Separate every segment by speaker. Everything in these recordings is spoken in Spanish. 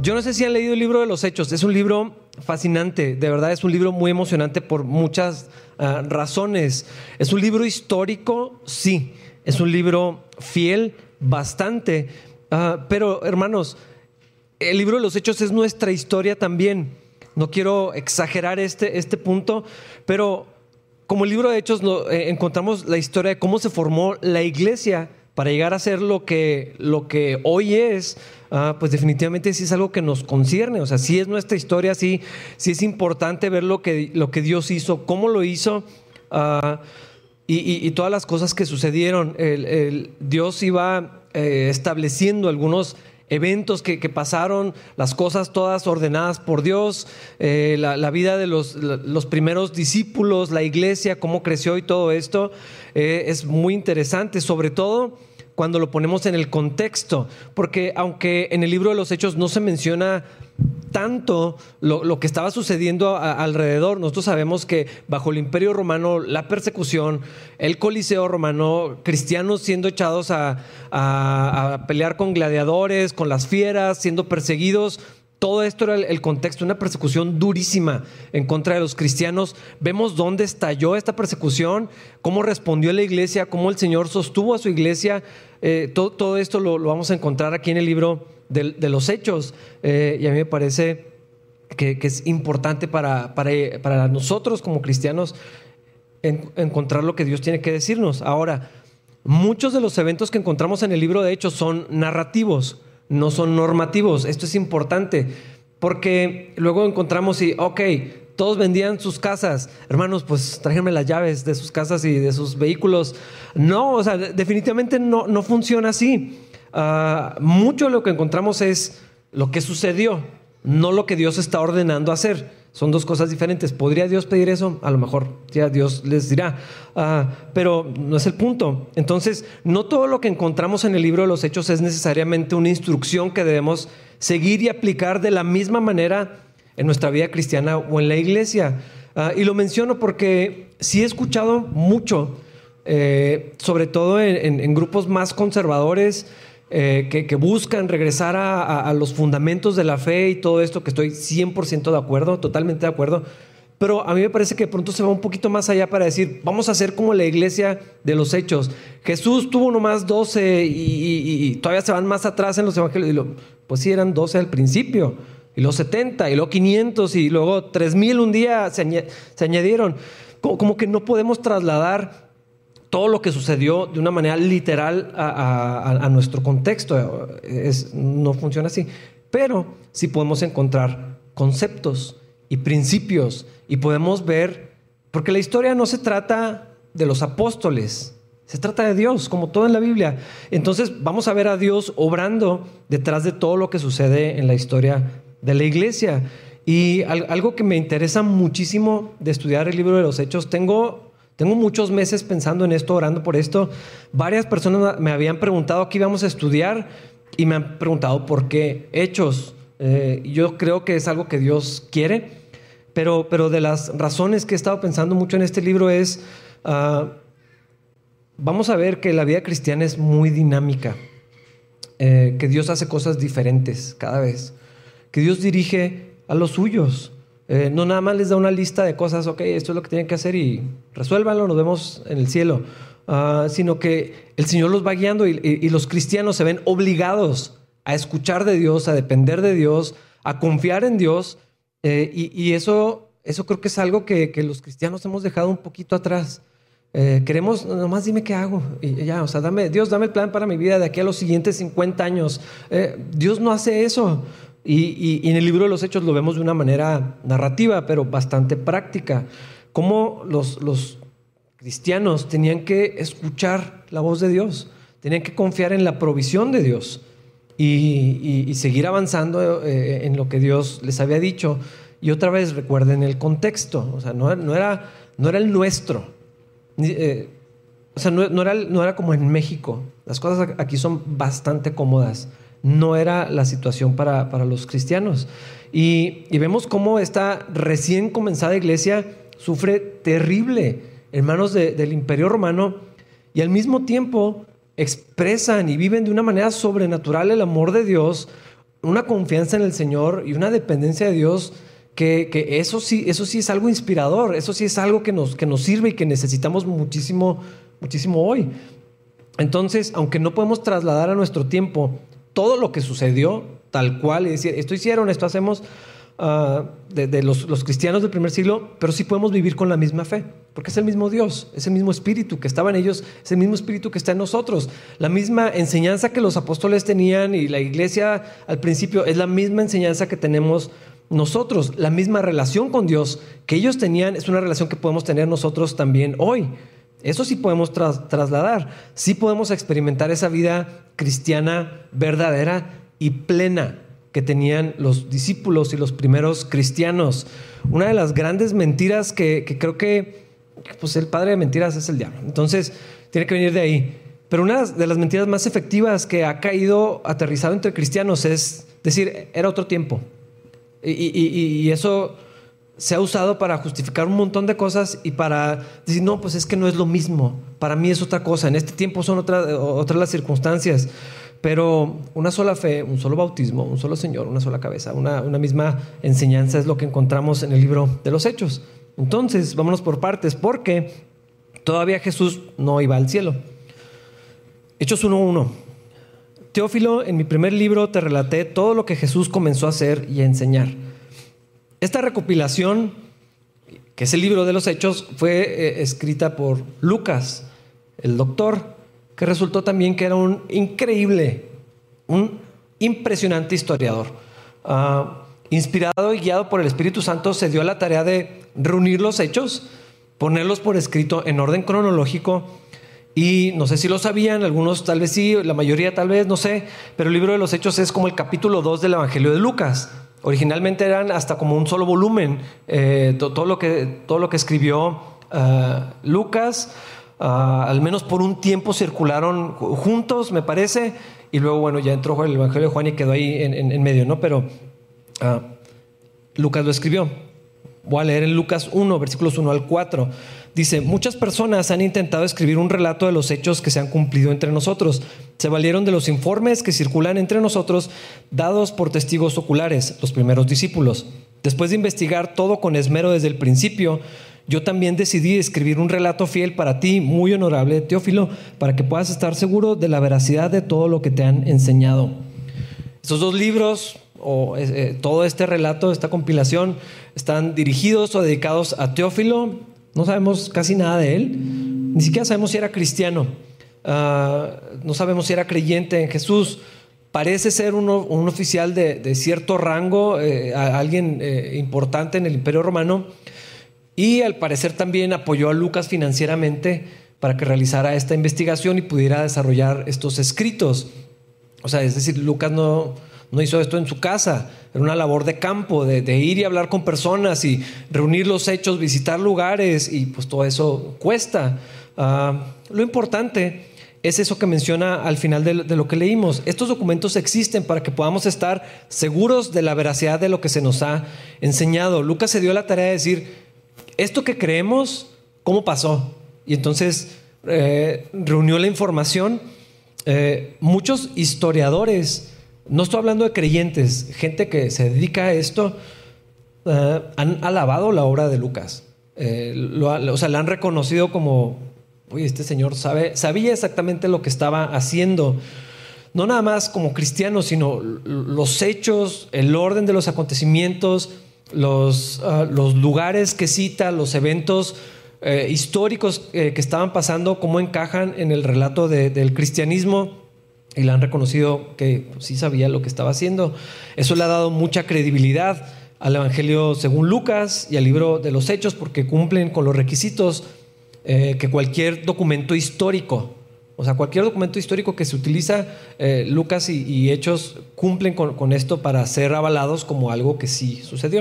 Speaker 1: Yo no sé si han leído el libro de los Hechos. Es un libro fascinante, de verdad es un libro muy emocionante por muchas razones. Es un libro histórico, sí. Es un libro fiel, bastante. Pero hermanos, el libro de los Hechos es nuestra historia también. No quiero exagerar este punto, pero como el libro de Hechos encontramos la historia de cómo se formó la iglesia para llegar a ser lo que hoy es. Pues definitivamente sí es algo que nos concierne. O sea, sí es nuestra historia, sí es importante ver lo que Dios hizo, cómo lo hizo, y todas las cosas que sucedieron. Dios iba estableciendo algunos eventos que pasaron, las cosas todas ordenadas por Dios, la vida de los primeros discípulos, la iglesia, cómo creció y todo esto es muy interesante, sobre todo cuando lo ponemos en el contexto, porque aunque en el libro de los Hechos no se menciona tanto lo que estaba sucediendo alrededor, nosotros sabemos que bajo el Imperio Romano, la persecución, el Coliseo romano, cristianos siendo echados a pelear con gladiadores, con las fieras, siendo perseguidos. Todo esto era el contexto, una persecución durísima en contra de los cristianos. Vemos dónde estalló esta persecución, cómo respondió la iglesia, cómo el Señor sostuvo a su iglesia. Todo esto lo vamos a encontrar aquí en el libro de los Hechos. Y a mí me parece que es importante para nosotros como cristianos encontrar lo que Dios tiene que decirnos. Ahora, muchos de los eventos que encontramos en el libro de Hechos son narrativos, no son normativos. Esto es importante porque luego encontramos todos vendían sus casas. Hermanos, pues tráiganme las llaves de sus casas y de sus vehículos. No, o sea, definitivamente no funciona así. Mucho de lo que encontramos es lo que sucedió, no lo que Dios está ordenando hacer. Son dos cosas diferentes. ¿Podría Dios pedir eso? A lo mejor ya Dios les dirá, pero no es el punto. Entonces, no todo lo que encontramos en el libro de los Hechos es necesariamente una instrucción que debemos seguir y aplicar de la misma manera en nuestra vida cristiana o en la iglesia. Y lo menciono porque sí he escuchado mucho, sobre todo en grupos más conservadores, que buscan regresar a los fundamentos de la fe y todo esto, que estoy 100% de acuerdo, totalmente de acuerdo. Pero a mí me parece que de pronto se va un poquito más allá para decir, vamos a hacer como la iglesia de los Hechos. Jesús tuvo nomás 12 y todavía se van más atrás en los evangelios. Pues sí, eran 12 al principio, y luego 70, y luego 500, y luego 3000 un día se añadieron. Como que no podemos trasladar todo lo que sucedió de una manera literal a nuestro contexto. No funciona así. Pero sí podemos encontrar conceptos y principios, y podemos ver, porque la historia no se trata de los apóstoles, se trata de Dios, como todo en la Biblia. Entonces vamos a ver a Dios obrando detrás de todo lo que sucede en la historia de la iglesia. Y algo que me interesa muchísimo de estudiar el libro de los Hechos, tengo muchos meses pensando en esto, orando por esto. Varias personas me habían preguntado qué íbamos a estudiar y me han preguntado por qué Hechos. Yo creo que es algo que Dios quiere, pero de las razones que he estado pensando mucho en este libro es, vamos a ver que la vida cristiana es muy dinámica, que Dios hace cosas diferentes cada vez, que Dios dirige a los suyos. No nada más les da una lista de cosas, esto es lo que tienen que hacer y resuélvanlo, nos vemos en el cielo, sino que el Señor los va guiando y los cristianos se ven obligados a escuchar de Dios, a depender de Dios, a confiar en Dios, y eso creo que es algo que los cristianos hemos dejado un poquito atrás. Queremos, nomás dime qué hago y ya, o sea, Dios, dame el plan para mi vida de aquí a los siguientes 50 años. Dios no hace eso. Y en el libro de los Hechos lo vemos de una manera narrativa, pero bastante práctica. Cómo los cristianos tenían que escuchar la voz de Dios, tenían que confiar en la provisión de Dios y seguir avanzando en lo que Dios les había dicho. Y otra vez recuerden el contexto, o sea, no era el nuestro. O sea, no era como en México. Las cosas aquí son bastante cómodas. No era la situación para los cristianos. Y vemos cómo esta recién comenzada iglesia sufre terrible en manos del Imperio Romano, y al mismo tiempo expresan y viven de una manera sobrenatural el amor de Dios, una confianza en el Señor y una dependencia de Dios que eso sí es algo inspirador, eso sí es algo que nos sirve y que necesitamos muchísimo, muchísimo hoy. Entonces, aunque no podemos trasladar a nuestro tiempo todo lo que sucedió tal cual y decir, esto hicieron, esto hacemos, de los cristianos del primer siglo, pero sí podemos vivir con la misma fe, porque es el mismo Dios, es el mismo espíritu que estaba en ellos, es el mismo espíritu que está en nosotros. La misma enseñanza que los apóstoles tenían y la iglesia al principio es la misma enseñanza que tenemos nosotros. La misma relación con Dios que ellos tenían es una relación que podemos tener nosotros también hoy. Eso sí podemos trasladar, sí podemos experimentar esa vida cristiana verdadera y plena que tenían los discípulos y los primeros cristianos. Una de las grandes mentiras que creo que pues el padre de mentiras es el diablo, entonces tiene que venir de ahí. Pero una de las mentiras más efectivas que ha caído aterrizado entre cristianos es decir, era otro tiempo. Y eso se ha usado para justificar un montón de cosas y para decir, no, pues es que no es lo mismo. Para mí es otra cosa. En este tiempo son otras las circunstancias. Pero una sola fe, un solo bautismo, un solo Señor, una sola cabeza, una misma enseñanza es lo que encontramos en el libro de los Hechos. Entonces, vámonos por partes, porque todavía Jesús no iba al cielo. Hechos 1:1. Teófilo, en mi primer libro te relaté todo lo que Jesús comenzó a hacer y a enseñar. Esta recopilación, que es el libro de los Hechos, fue escrita por Lucas, el doctor, que resultó también que era un impresionante historiador. Inspirado y guiado por el Espíritu Santo, se dio a la tarea de reunir los hechos, ponerlos por escrito en orden cronológico. Y no sé si lo sabían, algunos tal vez sí, la mayoría tal vez, no sé, pero el libro de los Hechos es como el capítulo 2 del Evangelio de Lucas. Originalmente eran hasta como un solo volumen, todo lo que escribió Lucas. Al menos por un tiempo circularon juntos, me parece, y luego, bueno, ya entró el Evangelio de Juan y quedó ahí en medio, ¿no? Pero Lucas lo escribió. Voy a leer en Lucas 1, versículos 1 al 4. Dice, muchas personas han intentado escribir un relato de los hechos que se han cumplido entre nosotros. Se valieron de los informes que circulan entre nosotros, dados por testigos oculares, los primeros discípulos. Después de investigar todo con esmero desde el principio, yo también decidí escribir un relato fiel para ti, muy honorable Teófilo, para que puedas estar seguro de la veracidad de todo lo que te han enseñado. Estos dos libros, todo este relato, esta compilación, están dirigidos o dedicados a Teófilo. No sabemos casi nada de él, ni siquiera sabemos si era cristiano, no sabemos si era creyente en Jesús. Parece ser un oficial de cierto rango, alguien importante en el Imperio Romano, y al parecer también apoyó a Lucas financieramente para que realizara esta investigación y pudiera desarrollar estos escritos. O sea, es decir, Lucas no hizo esto en su casa, era una labor de campo, de ir y hablar con personas y reunir los hechos, visitar lugares, y pues todo eso cuesta. Lo importante es eso que menciona al final de lo que leímos. Estos documentos existen para que podamos estar seguros de la veracidad de lo que se nos ha enseñado. Lucas se dio la tarea de decir, esto que creemos, ¿cómo pasó? Y entonces reunió la información. Muchos historiadores, no estoy hablando de creyentes, gente que se dedica a esto, han alabado la obra de Lucas. O sea, la han reconocido como, oye, este señor sabía exactamente lo que estaba haciendo. No nada más como cristiano, sino los hechos, el orden de los acontecimientos, los lugares que cita, los eventos históricos que estaban pasando, cómo encajan en el relato del cristianismo. Y le han reconocido que pues, sí sabía lo que estaba haciendo. Eso le ha dado mucha credibilidad al Evangelio según Lucas y al libro de los Hechos, porque cumplen con los requisitos que cualquier documento histórico, o sea, cualquier documento histórico que se utiliza, Lucas y Hechos cumplen con esto para ser avalados como algo que sí sucedió.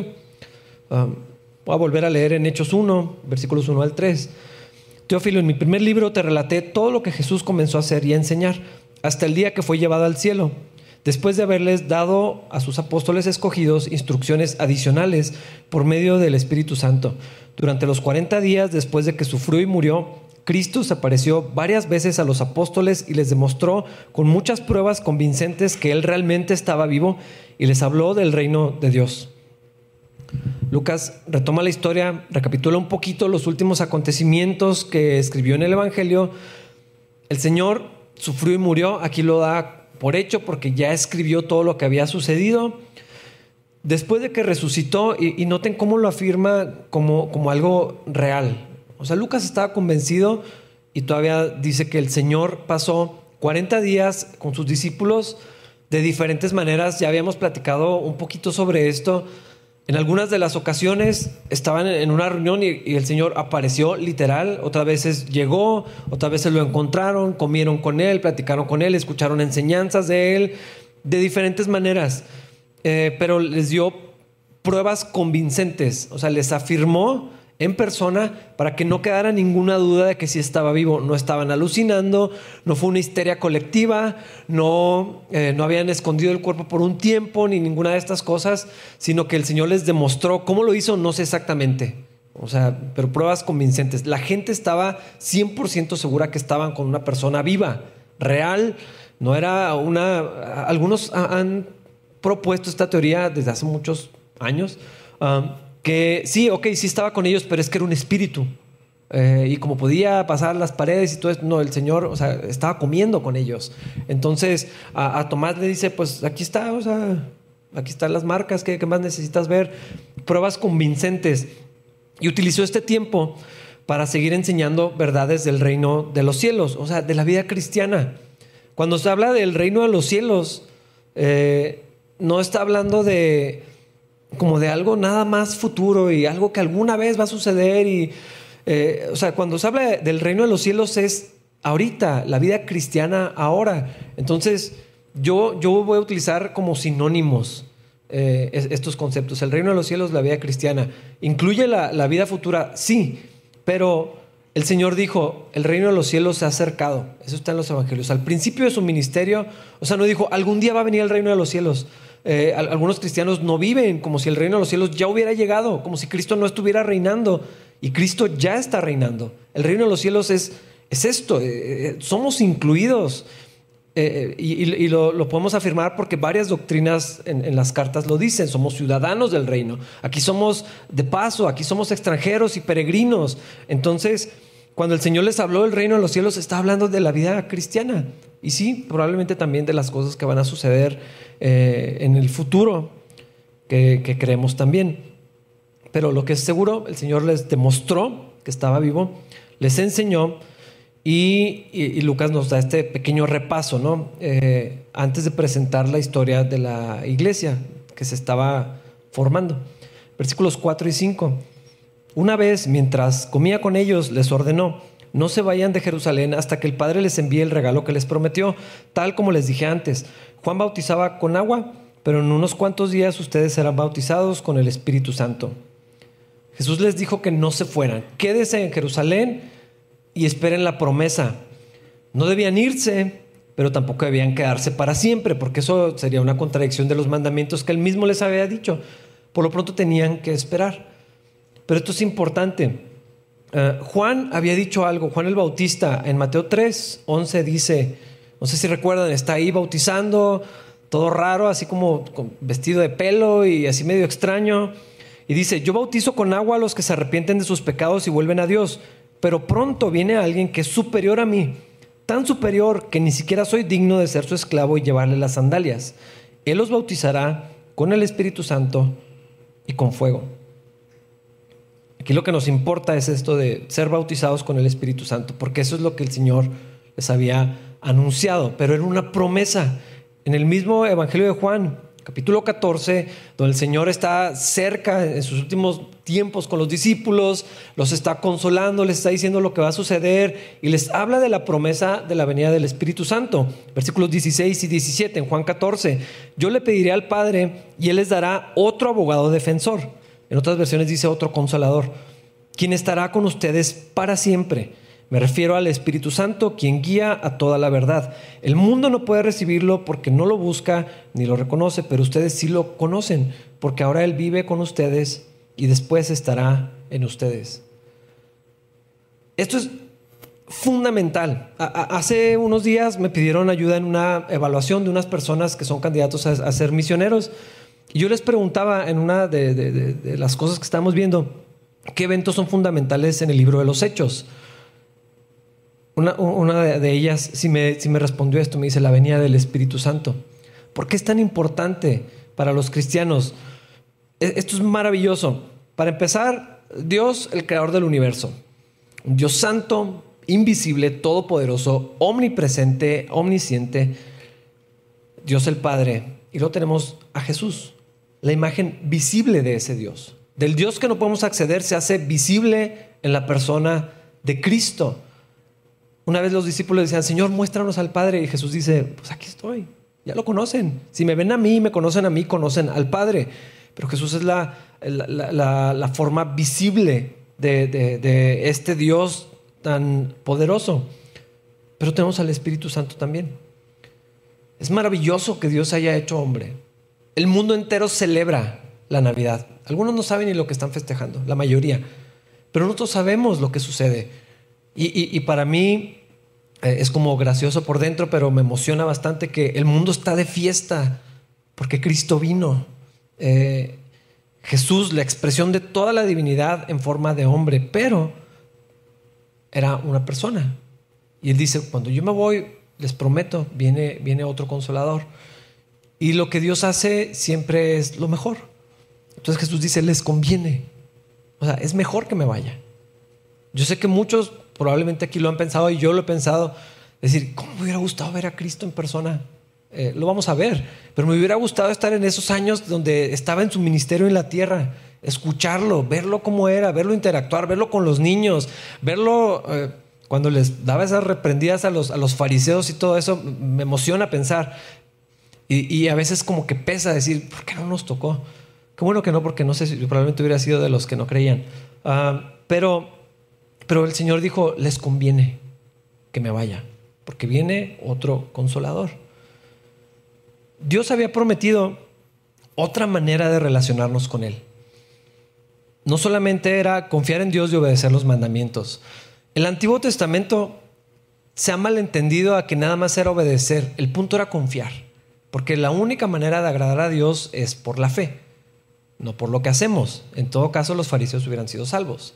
Speaker 1: Voy a volver a leer en Hechos 1, versículos 1 al 3. Teófilo, en mi primer libro te relaté todo lo que Jesús comenzó a hacer y a enseñar, hasta el día que fue llevado al cielo, después de haberles dado a sus apóstoles escogidos instrucciones adicionales por medio del Espíritu Santo. Durante los 40 días después de que sufrió y murió, Cristo se apareció varias veces a los apóstoles y les demostró con muchas pruebas convincentes que Él realmente estaba vivo y les habló del reino de Dios. Lucas retoma la historia, recapitula un poquito los últimos acontecimientos que escribió en el Evangelio. El Señor sufrió y murió, aquí lo da por hecho porque ya escribió todo lo que había sucedido. Después de que resucitó, y noten cómo lo afirma como algo real. O sea, Lucas estaba convencido y todavía dice que el Señor pasó 40 días con sus discípulos de diferentes maneras. Ya habíamos platicado un poquito sobre esto. En algunas de las ocasiones estaban en una reunión y el Señor apareció literal. Otras veces llegó, otras veces lo encontraron, comieron con Él, platicaron con Él, escucharon enseñanzas de Él de diferentes maneras. Pero les dio pruebas convincentes. O sea, les afirmó en persona para que no quedara ninguna duda de que sí estaba vivo. No estaban alucinando, no fue una histeria colectiva, no habían escondido el cuerpo por un tiempo ni ninguna de estas cosas, sino que el Señor les demostró. ¿Cómo lo hizo? No sé exactamente. O sea, pero pruebas convincentes. La gente estaba 100% segura que estaban con una persona viva, real. No era algunos han propuesto esta teoría desde hace muchos años, que sí estaba con ellos, pero es que era un espíritu. Y como podía pasar las paredes y todo esto, no, el Señor, o sea, estaba comiendo con ellos. Entonces a Tomás le dice, pues aquí está, o sea, aquí están las marcas, ¿qué más necesitas ver? Pruebas convincentes. Y utilizó este tiempo para seguir enseñando verdades del reino de los cielos, o sea, de la vida cristiana. Cuando se habla del reino de los cielos, no está hablando de algo nada más futuro y algo que alguna vez va a suceder. Y o sea, cuando se habla del reino de los cielos es ahorita, la vida cristiana ahora. Entonces yo voy a utilizar como sinónimos estos conceptos. El reino de los cielos, la vida cristiana. ¿Incluye la vida futura? Sí, pero el Señor dijo, el reino de los cielos se ha acercado. Eso está en los evangelios. Al principio de su ministerio, o sea, no dijo, algún día va a venir el reino de los cielos. Algunos cristianos no viven como si el reino de los cielos ya hubiera llegado, como si Cristo no estuviera reinando, y Cristo ya está reinando. El reino de los cielos es esto, somos incluidos, y lo podemos afirmar porque varias doctrinas en las cartas lo dicen. Somos ciudadanos del reino, aquí somos de paso, aquí somos extranjeros y peregrinos. Entonces, cuando el Señor les habló del reino de los cielos, está hablando de la vida cristiana. Y sí, probablemente también de las cosas que van a suceder en el futuro, que creemos también. Pero lo que es seguro, el Señor les demostró que estaba vivo, les enseñó, y Lucas nos da este pequeño repaso, ¿no? Antes de presentar la historia de la iglesia que se estaba formando. Versículos 4 y 5. Una vez, mientras comía con ellos, les ordenó: no se vayan de Jerusalén hasta que el Padre les envíe el regalo que les prometió, tal como les dije antes. Juan bautizaba con agua, pero en unos cuantos días ustedes serán bautizados con el Espíritu Santo. Jesús les dijo que no se fueran. Quédense en Jerusalén y esperen la promesa. No debían irse, pero tampoco debían quedarse para siempre, porque eso sería una contradicción de los mandamientos que él mismo les había dicho. Por lo pronto tenían que esperar. Pero esto es importante. Juan había dicho algo. Juan el Bautista en Mateo 3:11 dice, no sé si recuerdan, está ahí bautizando, todo raro, así como vestido de pelo y así medio extraño. Y dice, yo bautizo con agua a los que se arrepienten de sus pecados y vuelven a Dios. Pero pronto viene alguien que es superior a mí, tan superior que ni siquiera soy digno de ser su esclavo y llevarle las sandalias. Él los bautizará con el Espíritu Santo y con fuego. Aquí lo que nos importa es esto de ser bautizados con el Espíritu Santo, porque eso es lo que el Señor les había anunciado, pero era una promesa. En el mismo Evangelio de Juan, capítulo 14, donde el Señor está cerca en sus últimos tiempos con los discípulos, los está consolando, les está diciendo lo que va a suceder y les habla de la promesa de la venida del Espíritu Santo. Versículos 16 y 17 en Juan 14. Yo le pediré al Padre y Él les dará otro abogado defensor. En otras versiones dice otro consolador, quien estará con ustedes para siempre. Me refiero al Espíritu Santo, quien guía a toda la verdad. El mundo no puede recibirlo porque no lo busca ni lo reconoce, pero ustedes sí lo conocen, porque ahora Él vive con ustedes y después estará en ustedes. Esto es fundamental. Hace unos días me pidieron ayuda en una evaluación de unas personas que son candidatos a ser misioneros. Y yo les preguntaba en una de las cosas que estamos viendo, ¿qué eventos son fundamentales en el libro de los Hechos? Una de ellas sí me respondió esto, me dice la venida del Espíritu Santo. ¿Por qué es tan importante para los cristianos? Esto es maravilloso. Para empezar, Dios, el creador del universo, un Dios santo, invisible, todopoderoso, omnipresente, omnisciente, Dios el Padre. Y luego tenemos a Jesús, la imagen visible de ese Dios. Del Dios que no podemos acceder se hace visible en la persona de Cristo. Una vez los discípulos decían, Señor, muéstranos al Padre. Y Jesús dice, pues aquí estoy, ya lo conocen. Si me ven a mí, me conocen a mí, conocen al Padre. Pero Jesús es la forma visible de este Dios tan poderoso. Pero tenemos al Espíritu Santo también. Es maravilloso que Dios haya hecho hombre. El mundo entero celebra la Navidad. Algunos no saben ni lo que están festejando, la mayoría. Pero nosotros sabemos lo que sucede. Y para mí es como gracioso por dentro, pero me emociona bastante que el mundo está de fiesta porque Cristo vino. Jesús, la expresión de toda la divinidad en forma de hombre, pero era una persona. Y él dice, cuando yo me voy, les prometo, viene otro consolador. Y lo que Dios hace siempre es lo mejor. Entonces Jesús dice, les conviene. O sea, es mejor que me vaya. Yo sé que muchos probablemente aquí lo han pensado y yo lo he pensado. Decir, ¿cómo me hubiera gustado ver a Cristo en persona? Lo vamos a ver. Pero me hubiera gustado estar en esos años donde estaba en su ministerio en la tierra. Escucharlo, verlo cómo era, verlo interactuar, verlo con los niños, verlo cuando les daba esas reprendidas a los fariseos y todo eso. Me emociona pensar. Y a veces como que pesa decir, ¿por qué no nos tocó? Qué bueno que no, porque no sé si probablemente hubiera sido de los que no creían. Pero el Señor dijo, les conviene que me vaya, porque viene otro consolador. Dios había prometido otra manera de relacionarnos con Él. No solamente era confiar en Dios y obedecer los mandamientos. El Antiguo Testamento se ha malentendido a que nada más era obedecer. El punto era confiar, porque la única manera de agradar a Dios es por la fe, no por lo que hacemos. En todo caso, los fariseos hubieran sido salvos.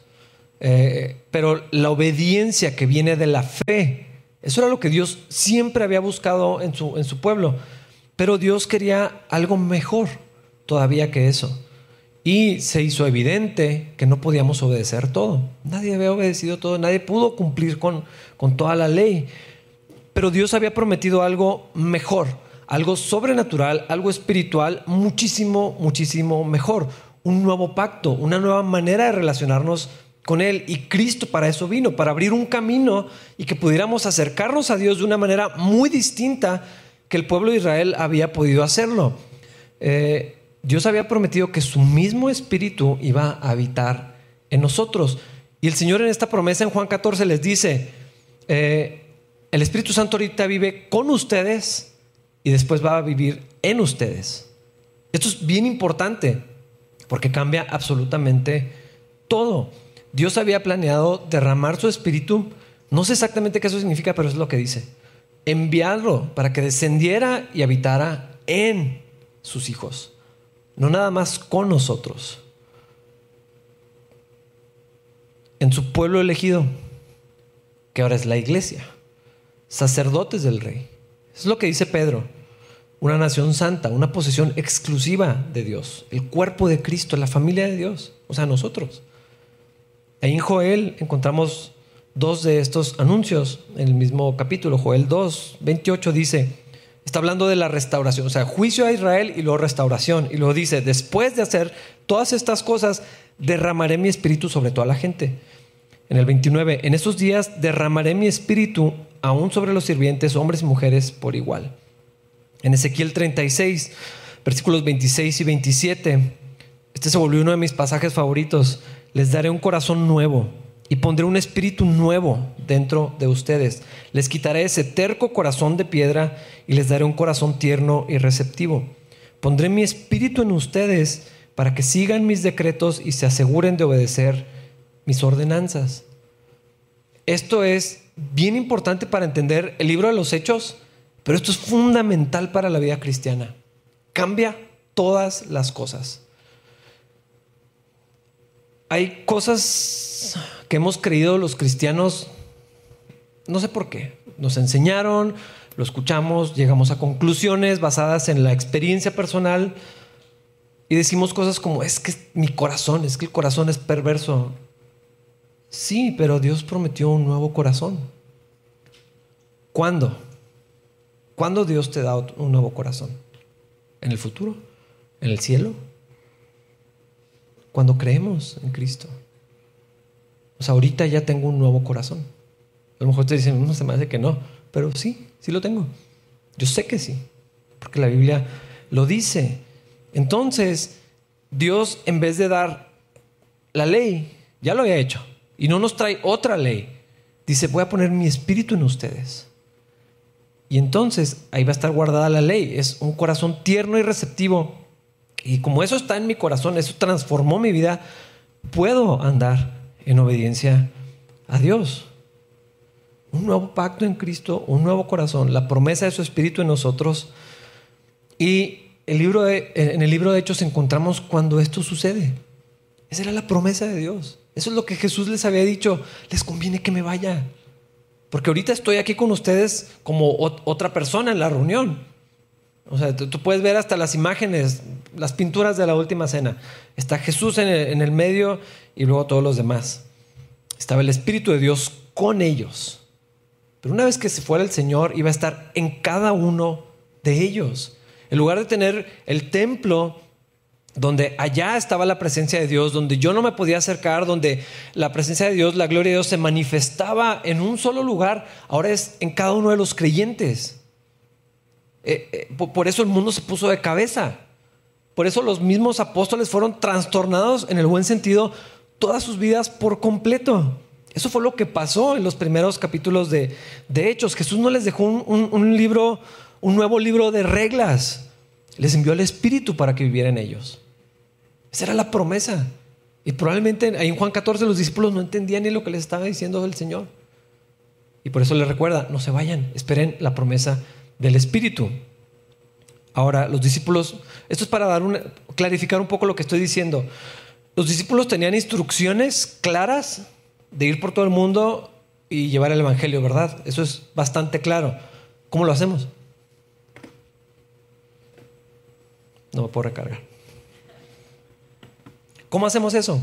Speaker 1: Pero la obediencia que viene de la fe, eso era lo que Dios siempre había buscado en su pueblo. Pero Dios quería algo mejor todavía que eso. Y se hizo evidente que no podíamos obedecer todo. Nadie había obedecido todo, nadie pudo cumplir con toda la ley. Pero Dios había prometido algo mejor, algo sobrenatural, algo espiritual, muchísimo, muchísimo mejor. Un nuevo pacto, una nueva manera de relacionarnos con Él. Y Cristo para eso vino, para abrir un camino y que pudiéramos acercarnos a Dios de una manera muy distinta que el pueblo de Israel había podido hacerlo. Dios había prometido que su mismo Espíritu iba a habitar en nosotros. Y el Señor en esta promesa en Juan 14 les dice, el Espíritu Santo ahorita vive con ustedes y después va a vivir en ustedes. Esto es bien importante porque cambia absolutamente todo. Dios había planeado derramar su Espíritu. No sé exactamente qué eso significa, pero es lo que dice. Enviarlo para que descendiera y habitara en sus hijos. No nada más con nosotros. En su pueblo elegido, que ahora es la iglesia. Sacerdotes del rey. Es lo que dice Pedro. Una nación santa, una posesión exclusiva de Dios. El cuerpo de Cristo, la familia de Dios. O sea, nosotros. Ahí en Joel encontramos dos de estos anuncios en el mismo capítulo. Joel 2, 28 dice, está hablando de la restauración, o sea, juicio a Israel y luego restauración. Y luego dice, después de hacer todas estas cosas, derramaré mi espíritu sobre toda la gente. En el 29, en esos días derramaré mi espíritu aún sobre los sirvientes, hombres y mujeres por igual. En Ezequiel 36, versículos 26 y 27, este se volvió uno de mis pasajes favoritos. Les daré un corazón nuevo y pondré un espíritu nuevo dentro de ustedes. Les quitaré ese terco corazón de piedra y les daré un corazón tierno y receptivo. Pondré mi espíritu en ustedes para que sigan mis decretos y se aseguren de obedecer mis ordenanzas. Esto es bien importante para entender el libro de los Hechos, pero esto es fundamental para la vida cristiana. Cambia todas las cosas. Hay cosas que hemos creído los cristianos, no sé por qué. Nos enseñaron, lo escuchamos, llegamos a conclusiones basadas en la experiencia personal y decimos cosas como, es que mi corazón, es que el corazón es perverso. Sí, pero Dios prometió un nuevo corazón. ¿Cuándo? ¿Cuándo Dios te da un nuevo corazón? ¿En el futuro? ¿En el cielo? Cuando creemos en Cristo. O sea, ahorita ya tengo un nuevo corazón. A lo mejor te dicen, no, se me hace que no, pero sí lo tengo. Yo sé que sí, porque la Biblia lo dice. Entonces, Dios, en vez de dar la ley, ya lo había hecho, y no nos trae otra ley. Dice, voy a poner mi espíritu en ustedes. Y entonces ahí va a estar guardada la ley. Es un corazón tierno y receptivo. Y como eso está en mi corazón, eso transformó mi vida, puedo andar en obediencia a Dios. Un nuevo pacto en Cristo, un nuevo corazón, la promesa de su espíritu en nosotros. Y en el libro de Hechos encontramos cuando esto sucede. Esa era la promesa de Dios. Eso es lo que Jesús les había dicho. Les conviene que me vaya, porque ahorita estoy aquí con ustedes como otra persona en la reunión. O sea, tú puedes ver hasta las imágenes, las pinturas de la última cena. Está Jesús en el medio y luego todos los demás. Estaba el Espíritu de Dios con ellos. Pero una vez que se fuera el Señor, iba a estar en cada uno de ellos. En lugar de tener el templo donde allá estaba la presencia de Dios, donde yo no me podía acercar, donde la presencia de Dios, la gloria de Dios se manifestaba en un solo lugar, ahora es en cada uno de los creyentes. Por eso el mundo se puso de cabeza. Por eso los mismos apóstoles fueron trastornados, en el buen sentido, todas sus vidas por completo. Eso fue lo que pasó en los primeros capítulos de Hechos. Jesús no les dejó un nuevo libro de reglas. Les envió el Espíritu para que vivieran ellos. Esa era la promesa. Y probablemente ahí en Juan 14 los discípulos no entendían ni lo que les estaba diciendo el Señor. Y por eso les recuerda, no se vayan, esperen la promesa del Espíritu. Ahora, los discípulos, esto es para clarificar un poco lo que estoy diciendo. Los discípulos tenían instrucciones claras de ir por todo el mundo y llevar el evangelio, ¿verdad? Eso es bastante claro. ¿Cómo lo hacemos? No me puedo recargar. ¿Cómo hacemos eso?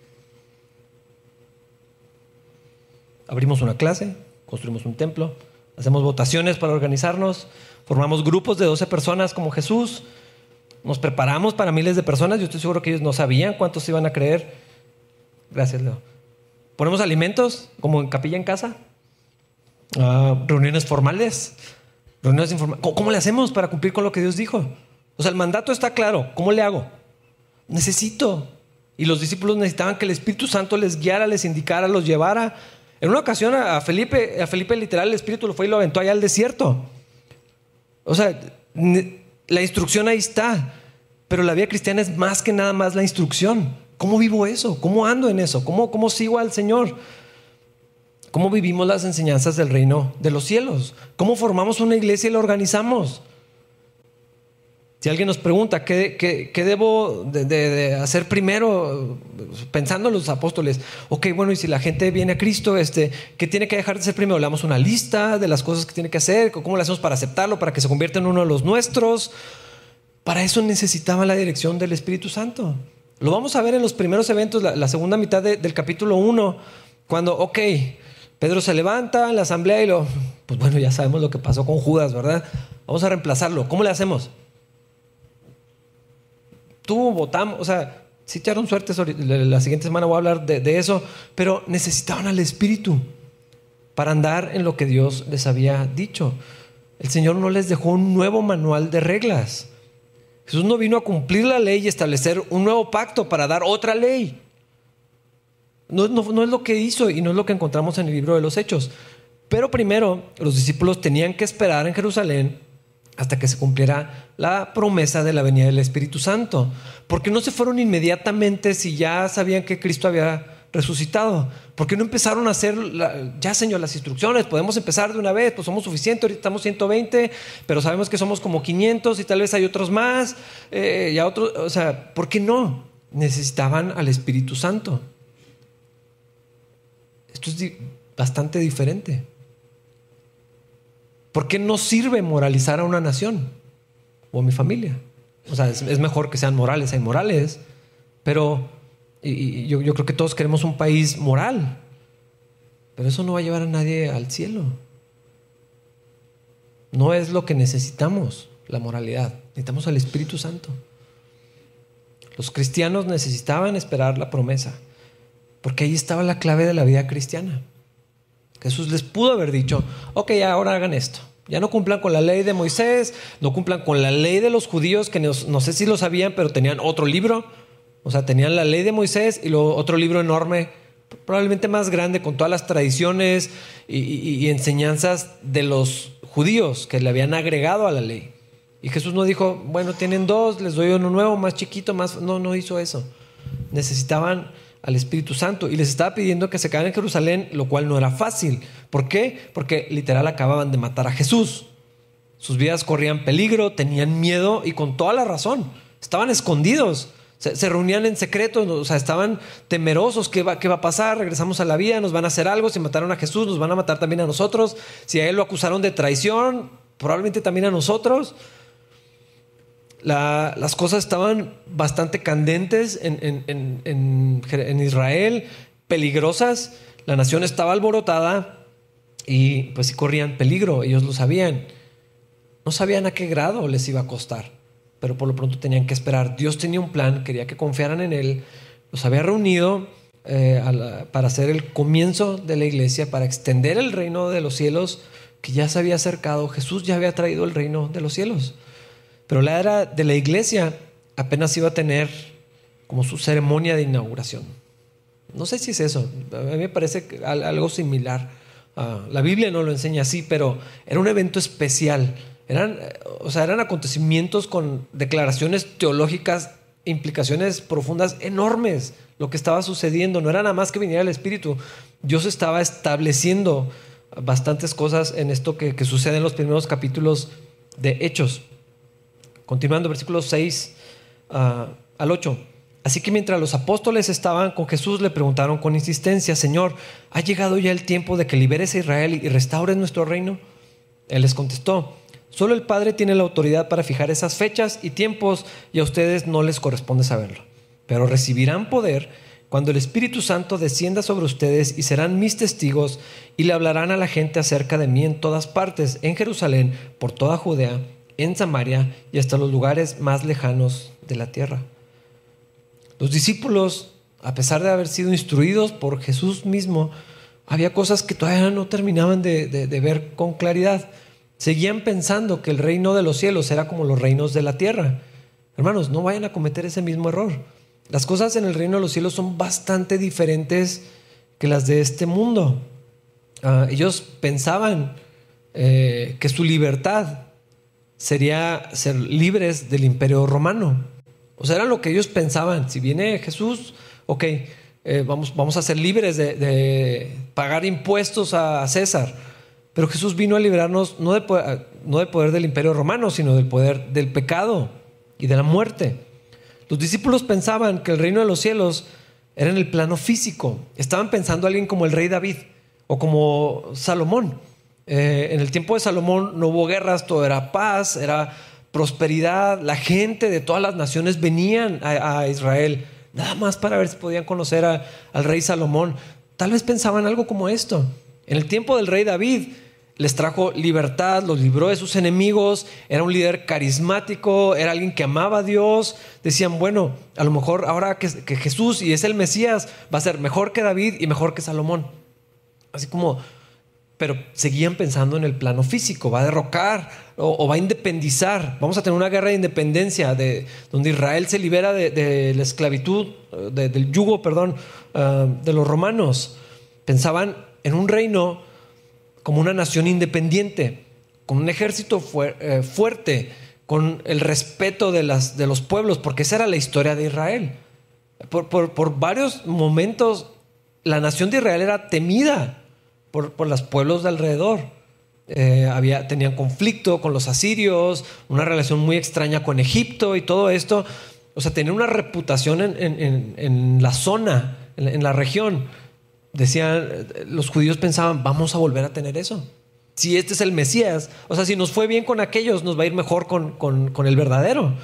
Speaker 1: Abrimos una clase, construimos un templo, hacemos votaciones para organizarnos, formamos grupos de 12 personas como Jesús, nos preparamos para miles de personas. Yo estoy seguro que ellos no sabían cuántos iban a creer. Gracias, Leo. Ponemos alimentos como en capilla en casa, reuniones formales, reuniones informales. ¿Cómo le hacemos para cumplir con lo que Dios dijo? O sea, el mandato está claro. ¿Cómo le hago? Necesito. Y los discípulos necesitaban que el Espíritu Santo les guiara, les indicara, los llevara. En una ocasión a Felipe literal el Espíritu lo fue y lo aventó allá al desierto. O sea, la instrucción ahí está, pero la vida cristiana es más que nada más la instrucción. ¿Cómo vivo eso? ¿Cómo ando en eso? ¿Cómo sigo al Señor? ¿Cómo vivimos las enseñanzas del reino de los cielos? ¿Cómo formamos una iglesia y la organizamos? Si alguien nos pregunta ¿qué debo de hacer primero? Pensando en los apóstoles. Ok, bueno, y si la gente viene a Cristo, ¿qué tiene que dejar de hacer primero? Le damos una lista de las cosas que tiene que hacer. ¿Cómo le hacemos para aceptarlo? Para que se convierta en uno de los nuestros. Para eso necesitaba la dirección del Espíritu Santo. Lo vamos a ver en los primeros eventos, la segunda mitad del capítulo 1, cuando, Pedro se levanta en la asamblea y pues bueno, ya sabemos lo que pasó con Judas, ¿verdad? Vamos a reemplazarlo. ¿Cómo le hacemos? Votamos, o sea, sí echaron suerte. La siguiente semana voy a hablar de eso, pero necesitaban al Espíritu para andar en lo que Dios les había dicho. El Señor no les dejó un nuevo manual de reglas. Jesús no vino a cumplir la ley y establecer un nuevo pacto para dar otra ley. No es lo que hizo y no es lo que encontramos en el libro de los Hechos. Pero primero los discípulos tenían que esperar en Jerusalén hasta que se cumpliera la promesa de la venida del Espíritu Santo. Porque no se fueron inmediatamente si ya sabían que Cristo había resucitado? ¿Por qué no empezaron a hacer, ya Señor, las instrucciones? Podemos empezar de una vez, pues somos suficientes, ahorita estamos 120, pero sabemos que somos como 500 y tal vez hay otros más, y a otros, o sea, ¿por qué no? Necesitaban al Espíritu Santo. Esto es bastante diferente. ¿Por qué no sirve moralizar a una nación o a mi familia? O sea, es mejor que sean morales, hay morales, pero yo creo que todos queremos un país moral, pero eso no va a llevar a nadie al cielo. No es lo que necesitamos, la moralidad. Necesitamos al Espíritu Santo. Los cristianos necesitaban esperar la promesa, porque ahí estaba la clave de la vida cristiana. Jesús les pudo haber dicho: ok, ahora hagan esto. Ya no cumplan con la ley de Moisés, no cumplan con la ley de los judíos, que no sé si lo sabían, pero tenían otro libro. O sea, tenían la ley de Moisés y luego otro libro enorme, probablemente más grande, con todas las tradiciones y enseñanzas de los judíos que le habían agregado a la ley. Y Jesús no dijo: bueno, tienen dos, les doy uno nuevo, más chiquito, más... No hizo eso. Necesitaban al Espíritu Santo y les estaba pidiendo que se quedaran en Jerusalén, lo cual no era fácil. ¿Por qué? Porque literal acababan de matar a Jesús. Sus vidas corrían peligro, tenían miedo, y con toda la razón. Estaban escondidos, se reunían en secreto, o sea, estaban temerosos. ¿Qué va a pasar? Regresamos a la vida, nos van a hacer algo. Si mataron a Jesús, nos van a matar también a nosotros. Si a él lo acusaron de traición, probablemente también a nosotros. Las cosas estaban bastante candentes en Israel, peligrosas. La nación estaba alborotada y pues sí corrían peligro. Ellos lo sabían. No sabían a qué grado les iba a costar, pero por lo pronto tenían que esperar. Dios tenía un plan, quería que confiaran en Él. Los había reunido para hacer el comienzo de la iglesia, para extender el reino de los cielos que ya se había acercado. Jesús ya había traído el reino de los cielos. Pero la era de la iglesia apenas iba a tener como su ceremonia de inauguración. No sé si es eso. A mí me parece algo similar. La Biblia no lo enseña así, pero era un evento especial. Eran acontecimientos con declaraciones teológicas, implicaciones profundas enormes. Lo que estaba sucediendo no era nada más que viniera el Espíritu. Dios estaba estableciendo bastantes cosas en esto que sucede en los primeros capítulos de Hechos. Continuando, versículos 6 al 8. Así que mientras los apóstoles estaban con Jesús, le preguntaron con insistencia: Señor, ¿ha llegado ya el tiempo de que liberes a Israel y restaures nuestro reino? Él les contestó: solo el Padre tiene la autoridad para fijar esas fechas y tiempos, y a ustedes no les corresponde saberlo. Pero recibirán poder cuando el Espíritu Santo descienda sobre ustedes, y serán mis testigos, y le hablarán a la gente acerca de mí en todas partes, en Jerusalén, por toda Judea, en Samaria y hasta los lugares más lejanos de la tierra. Los discípulos, a pesar de haber sido instruidos por Jesús mismo, había cosas que todavía no terminaban de ver con claridad. Seguían pensando que el reino de los cielos era como los reinos de la tierra. Hermanos, no vayan a cometer ese mismo error. Las cosas en el reino de los cielos son bastante diferentes que las de este mundo. Ellos pensaban que su libertad sería ser libres del imperio romano. O sea, era lo que ellos pensaban. Si viene Jesús, ok, vamos a ser libres de pagar impuestos a César. Pero Jesús vino a liberarnos no del poder del imperio romano, sino del poder del pecado y de la muerte. Los discípulos pensaban que el reino de los cielos era en el plano físico. Estaban pensando a alguien como el rey David o como Salomón. En el tiempo de Salomón no hubo guerras, todo era paz, era prosperidad. La gente de todas las naciones venían a Israel nada más para ver si podían conocer al rey Salomón. Tal vez pensaban algo como esto. En el tiempo del rey David les trajo libertad, los libró de sus enemigos, era un líder carismático, era alguien que amaba a Dios. Decían, bueno, a lo mejor ahora que Jesús y es el Mesías va a ser mejor que David y mejor que Salomón. Así como... Pero seguían pensando en el plano físico. Va a derrocar o va a independizar. Vamos a tener una guerra de independencia donde Israel se libera de la esclavitud, del yugo, de los romanos. Pensaban en un reino como una nación independiente, con un ejército fuerte, con el respeto de los pueblos, porque esa era la historia de Israel. Por varios momentos la nación de Israel era temida por los pueblos de alrededor. Tenían conflicto con los asirios, una relación muy extraña con Egipto y todo esto. O sea, tenían una reputación en la zona, en la región. Decían, los judíos pensaban, vamos a volver a tener eso. Si este es el Mesías, o sea, si nos fue bien con aquellos, nos va a ir mejor con el verdadero.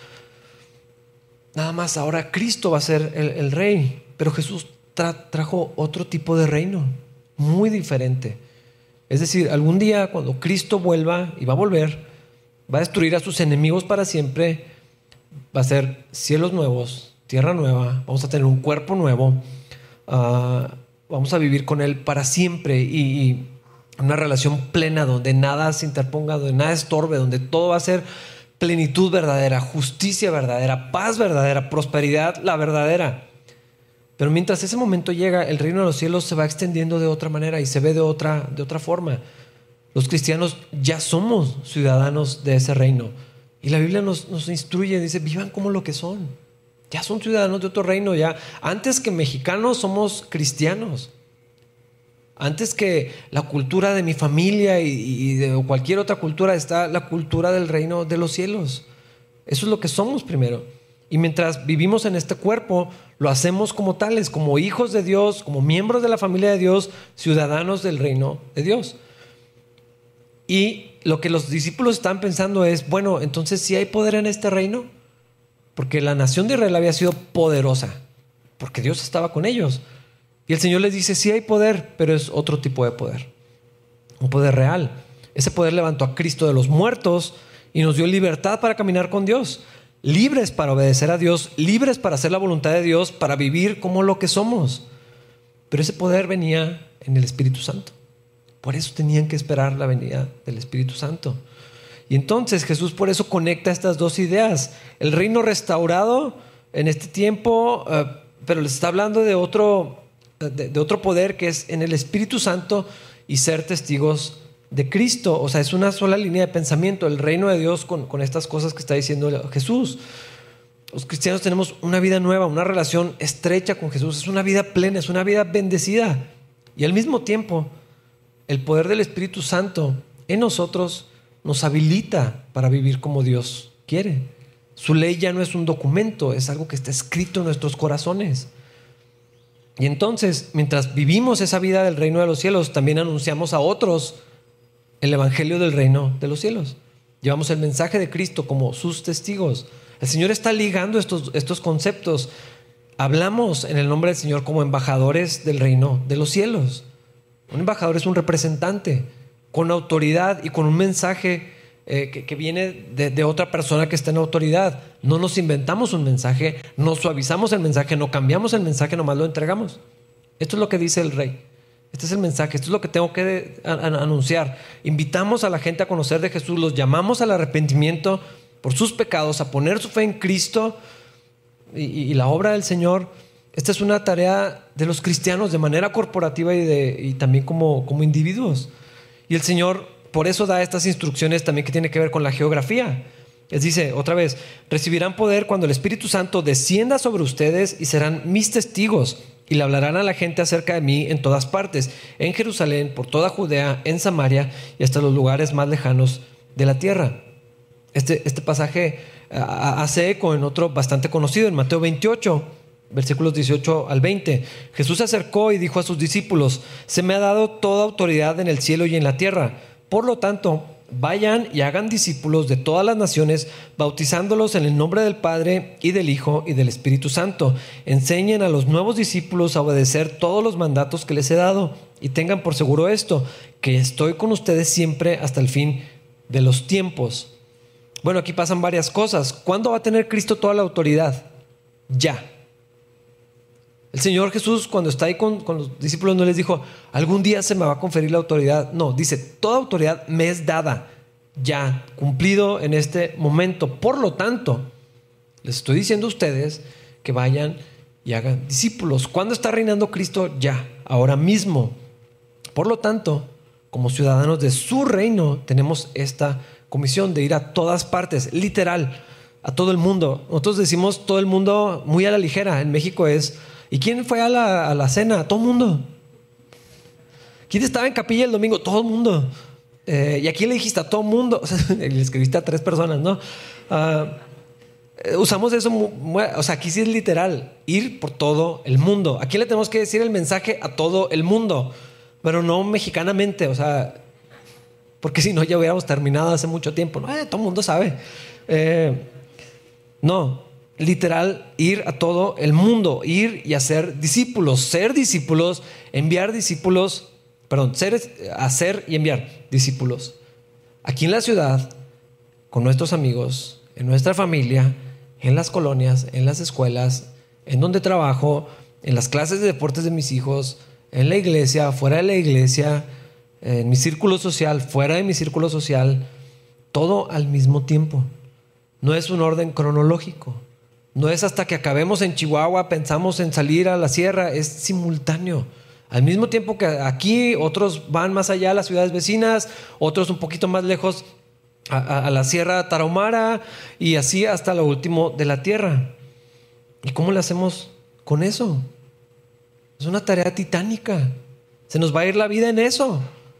Speaker 1: Nada más ahora Cristo va a ser el rey, pero Jesús trajo otro tipo de reino, muy diferente. Es decir, algún día cuando Cristo vuelva, y va a volver, va a destruir a sus enemigos para siempre, va a ser cielos nuevos, tierra nueva, vamos a tener un cuerpo nuevo, vamos a vivir con Él para siempre y una relación plena donde nada se interponga, donde nada estorbe, donde todo va a ser plenitud verdadera, justicia verdadera, paz verdadera, prosperidad la verdadera. Pero mientras ese momento llega, el reino de los cielos se va extendiendo de otra manera y se ve de otra forma. Los cristianos ya somos ciudadanos de ese reino. Y la Biblia nos instruye, dice, vivan como lo que son. Ya son ciudadanos de otro reino. Ya antes que mexicanos somos cristianos. Antes que la cultura de mi familia y de cualquier otra cultura está la cultura del reino de los cielos. Eso es lo que somos primero. Y mientras vivimos en este cuerpo, lo hacemos como tales, como hijos de Dios, como miembros de la familia de Dios, ciudadanos del reino de Dios. Y lo que los discípulos están pensando es, bueno, entonces ¿sí hay poder en este reino? Porque la nación de Israel había sido poderosa, porque Dios estaba con ellos. Y el Señor les dice, sí hay poder, pero es otro tipo de poder, un poder real. Ese poder levantó a Cristo de los muertos y nos dio libertad para caminar con Dios. Libres para obedecer a Dios, libres para hacer la voluntad de Dios, para vivir como lo que somos. Pero ese poder venía en el Espíritu Santo. Por eso tenían que esperar la venida del Espíritu Santo. Y entonces Jesús por eso conecta estas dos ideas. El reino restaurado en este tiempo, pero les está hablando de otro poder que es en el Espíritu Santo y ser testigos de Cristo. O sea, es una sola línea de pensamiento, el reino de Dios con estas cosas que está diciendo Jesús. Los cristianos tenemos una vida nueva, una relación estrecha con Jesús, es una vida plena, es una vida bendecida. Y al mismo tiempo, el poder del Espíritu Santo en nosotros nos habilita para vivir como Dios quiere. Su ley ya no es un documento, es algo que está escrito en nuestros corazones. Y entonces, mientras vivimos esa vida del reino de los cielos, también anunciamos a otros el evangelio del reino de los cielos. Llevamos el mensaje de Cristo como sus testigos. El Señor está ligando estos conceptos. Hablamos en el nombre del Señor como embajadores del reino de los cielos. Un embajador es un representante con autoridad y con un mensaje que viene de otra persona que está en autoridad. No nos inventamos un mensaje, no suavizamos el mensaje, no cambiamos el mensaje, nomás lo entregamos. Esto es lo que dice el rey. Este es el mensaje, esto es lo que tengo que anunciar. Invitamos a la gente a conocer de Jesús, los llamamos al arrepentimiento por sus pecados, a poner su fe en Cristo y la obra del Señor. Esta es una tarea de los cristianos de manera corporativa y también como individuos. Y el Señor por eso da estas instrucciones también que tiene que ver con la geografía. Les dice otra vez, recibirán poder cuando el Espíritu Santo descienda sobre ustedes y serán mis testigos. Y le hablarán a la gente acerca de mí en todas partes, en Jerusalén, por toda Judea, en Samaria y hasta los lugares más lejanos de la tierra. Este pasaje hace eco en otro bastante conocido, en Mateo 28, versículos 18 al 20. Jesús se acercó y dijo a sus discípulos, se me ha dado toda autoridad en el cielo y en la tierra. Por lo tanto, vayan y hagan discípulos de todas las naciones, bautizándolos en el nombre del Padre y del Hijo y del Espíritu Santo. Enseñen a los nuevos discípulos a obedecer todos los mandatos que les he dado y tengan por seguro esto, que estoy con ustedes siempre hasta el fin de los tiempos. Bueno, aquí pasan varias cosas. ¿Cuándo va a tener Cristo toda la autoridad? Ya. El Señor Jesús, cuando está ahí con los discípulos, no les dijo, algún día se me va a conferir la autoridad. No, dice, toda autoridad me es dada, ya, cumplido en este momento. Por lo tanto, les estoy diciendo a ustedes que vayan y hagan discípulos. ¿Cuándo está reinando Cristo? Ya, ahora mismo. Por lo tanto, como ciudadanos de su reino, tenemos esta comisión de ir a todas partes, literal, a todo el mundo. Nosotros decimos todo el mundo muy a la ligera. En México es ¿Y quién fue a la cena? Todo el mundo. ¿Quién estaba en capilla el domingo? Todo el mundo. ¿Y a quién le dijiste? A todo el mundo. O sea, le escribiste a 3 personas, ¿no? Usamos eso, o sea, aquí sí es literal, ir por todo el mundo. Aquí le tenemos que decir el mensaje a todo el mundo, pero no mexicanamente, o sea, porque si no ya hubiéramos terminado hace mucho tiempo. No, todo el mundo sabe. No, literal, ir a todo el mundo, ir y hacer discípulos, ser discípulos, enviar discípulos, perdón, hacer y enviar discípulos. Aquí en la ciudad, con nuestros amigos, en nuestra familia, en las colonias, en las escuelas, en donde trabajo, en las clases de deportes de mis hijos, en la iglesia, fuera de la iglesia, en mi círculo social, fuera de mi círculo social, todo al mismo tiempo. No es un orden cronológico. No es hasta que acabemos en Chihuahua, pensamos en salir a la sierra, es simultáneo. Al mismo tiempo que aquí, otros van más allá a las ciudades vecinas, otros un poquito más lejos a la Sierra Tarahumara y así hasta lo último de la tierra. ¿Y cómo le hacemos con eso? Es una tarea titánica. Se nos va a ir la vida en eso.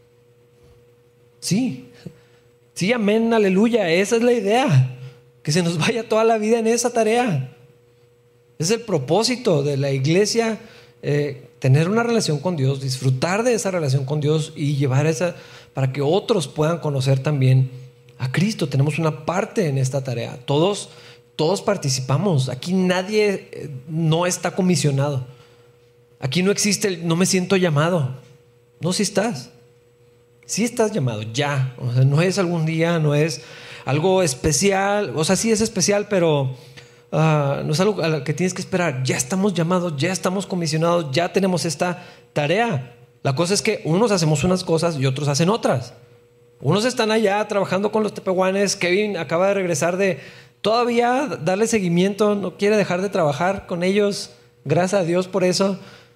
Speaker 1: Sí, amén, aleluya. Esa es la idea. Que se nos vaya toda la vida en esa tarea. Es el propósito de la iglesia, tener una relación con Dios, disfrutar de esa relación con Dios y llevar esa para que otros puedan conocer también a Cristo. Tenemos una parte en esta tarea. Todos participamos. Aquí nadie no está comisionado. Aquí no existe el no me siento llamado. No, sí estás. Sí estás llamado, ya. O sea, no es algún día, no es algo especial. O sea, sí es especial, pero no es algo a lo que tienes que esperar. Ya estamos llamados, ya estamos comisionados, ya tenemos esta tarea. La cosa es que unos hacemos unas cosas y otros hacen otras. Unos están allá trabajando con los tepehuanes. Kevin acaba de regresar de todavía darle seguimiento. No quiere dejar de trabajar con ellos. Gracias a Dios por eso.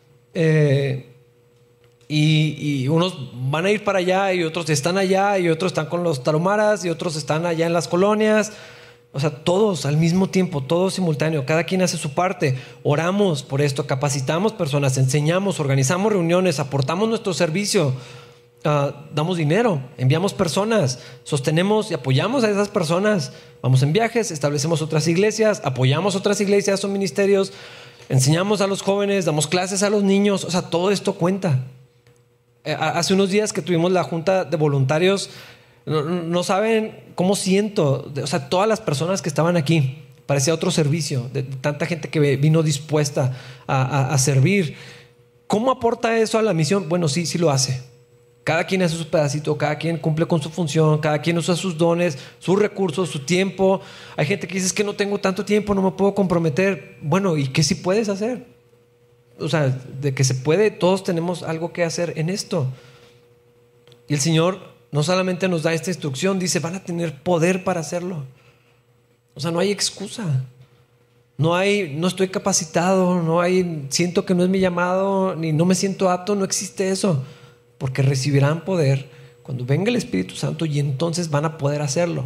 Speaker 1: Y unos van a ir para allá y otros están allá y otros están con los tarahumaras y otros están allá en las colonias. O sea, todos al mismo tiempo, todos simultáneo. Cada quien hace su parte. Oramos por esto, capacitamos personas, enseñamos, organizamos reuniones, aportamos nuestro servicio. Damos dinero, enviamos personas, sostenemos y apoyamos a esas personas. Vamos en viajes, establecemos otras iglesias, apoyamos otras iglesias o ministerios, enseñamos a los jóvenes, damos clases a los niños. O sea, todo esto cuenta. Hace unos días que tuvimos la junta de voluntarios, no saben cómo siento. O sea, todas las personas que estaban aquí, parecía otro servicio, de tanta gente que vino dispuesta a servir. ¿Cómo aporta eso a la misión? Bueno, sí lo hace. Cada quien hace su pedacito, cada quien cumple con su función, cada quien usa sus dones, sus recursos, su tiempo. Hay gente que dice, es que no tengo tanto tiempo, no me puedo comprometer. Bueno, ¿y qué sí puedes hacer? O sea, de que se puede, todos tenemos algo que hacer en esto. Y el Señor no solamente nos da esta instrucción, dice, van a tener poder para hacerlo. O sea, no hay excusa. No estoy capacitado, siento que no es mi llamado, ni no me siento apto, no existe eso. Porque recibirán poder cuando venga el Espíritu Santo y entonces van a poder hacerlo.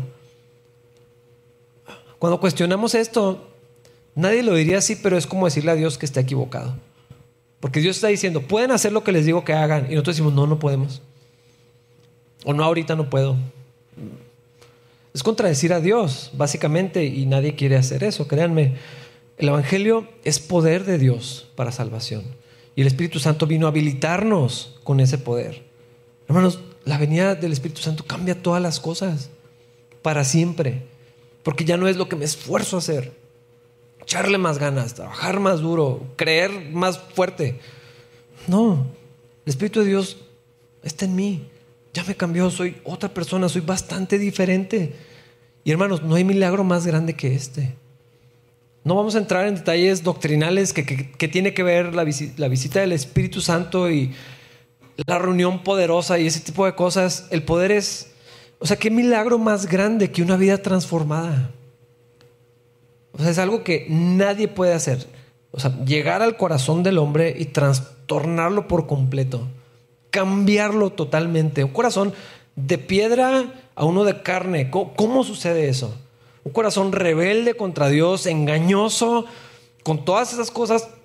Speaker 1: Cuando cuestionamos esto, nadie lo diría así, pero es como decirle a Dios que está equivocado. Porque Dios está diciendo, pueden hacer lo que les digo que hagan. Y nosotros decimos, no podemos. O no, ahorita no puedo. Es contradecir a Dios, básicamente, y nadie quiere hacer eso, créanme. El Evangelio es poder de Dios para salvación. Y el Espíritu Santo vino a habilitarnos con ese poder. Hermanos, la venida del Espíritu Santo cambia todas las cosas para siempre. Porque ya no es lo que me esfuerzo a hacer. Echarle más ganas, trabajar más duro, creer más fuerte. No, el Espíritu de Dios está en mí. Ya me cambió, soy otra persona, soy bastante diferente. Y hermanos, no hay milagro más grande que este. No vamos a entrar en detalles doctrinales que tiene que ver la visita del Espíritu Santo y la reunión poderosa y ese tipo de cosas. El poder es, o sea, qué milagro más grande que una vida transformada. O sea, es algo que nadie puede hacer. O sea, llegar al corazón del hombre y trastornarlo por completo, cambiarlo totalmente. Un corazón de piedra a uno de carne. ¿Cómo sucede eso? Un corazón rebelde contra Dios, engañoso, con todas esas cosas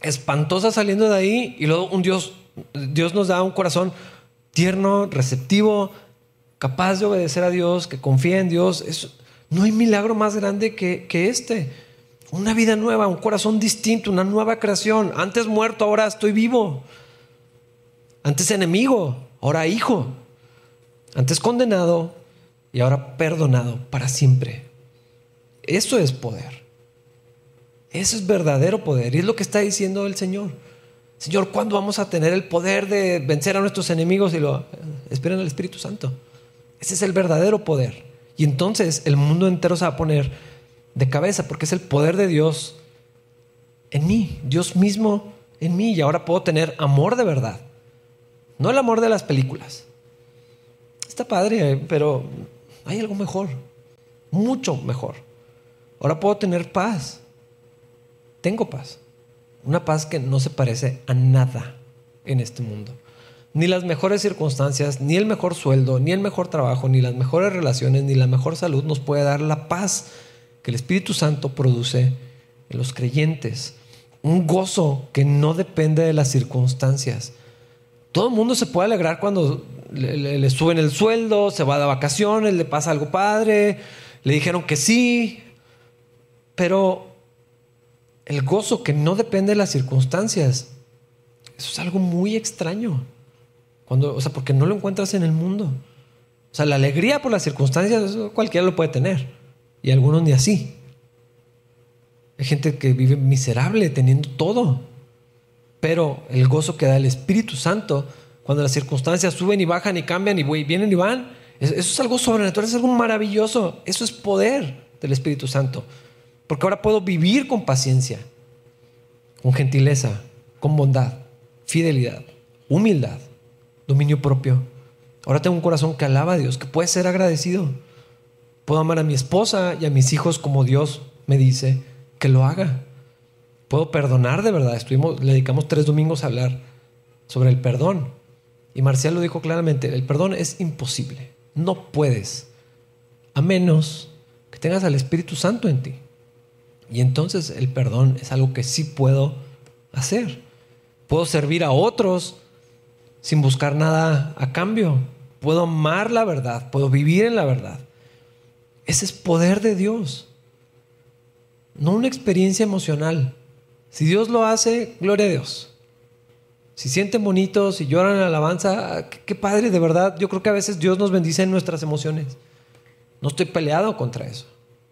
Speaker 1: espantosa saliendo de ahí, y luego Dios nos da un corazón tierno, receptivo, capaz de obedecer a Dios, que confía en Dios. No hay milagro más grande que este. Una vida nueva, un corazón distinto, una nueva creación. Antes muerto, ahora estoy vivo. Antes enemigo, ahora hijo. Antes condenado y ahora perdonado para siempre. Eso es poder. Eso es verdadero poder. Y es lo que está diciendo el Señor. Señor, ¿cuándo vamos a tener el poder de vencer a nuestros enemigos? Y esperen al Espíritu Santo. Ese es el verdadero poder. Y entonces el mundo entero se va a poner de cabeza, porque es el poder de Dios en mí, Dios mismo en mí. Y ahora puedo tener amor de verdad, no el amor de las películas. Está padre, pero hay algo mejor, mucho mejor. Ahora puedo tener paz. Tengo paz, una paz que no se parece a nada en este mundo. Ni las mejores circunstancias, ni el mejor sueldo, ni el mejor trabajo, ni las mejores relaciones, ni la mejor salud nos puede dar la paz que el Espíritu Santo produce en los creyentes. Un gozo que no depende de las circunstancias. Todo el mundo se puede alegrar cuando le suben el sueldo, se va de vacaciones, le pasa algo padre, le dijeron que sí, pero el gozo que no depende de las circunstancias, eso es algo muy extraño. Porque no lo encuentras en el mundo. La alegría por las circunstancias, eso cualquiera lo puede tener, y algunos ni así. Hay gente que vive miserable teniendo todo, pero el gozo que da el Espíritu Santo cuando las circunstancias suben y bajan y cambian y vienen y van, eso es algo sobrenatural, es algo maravilloso. Eso es poder del Espíritu Santo, porque ahora puedo vivir con paciencia, con gentileza, con bondad, fidelidad, humildad, dominio propio. Ahora tengo un corazón que alaba a Dios, que puede ser agradecido. Puedo amar a mi esposa y a mis hijos como Dios me dice que lo haga. Puedo perdonar de verdad. Le dedicamos 3 domingos a hablar sobre el perdón, y Marcial lo dijo claramente: el perdón es imposible. No puedes, a menos que tengas al Espíritu Santo en ti. Y entonces el perdón es algo que sí puedo hacer. Puedo servir a otros sin buscar nada a cambio. Puedo amar la verdad, puedo vivir en la verdad. Ese es poder de Dios, no una experiencia emocional. Si Dios lo hace, gloria a Dios. Si sienten bonitos, si lloran en alabanza, qué padre, de verdad. Yo creo que a veces Dios nos bendice en nuestras emociones. No estoy peleado contra eso,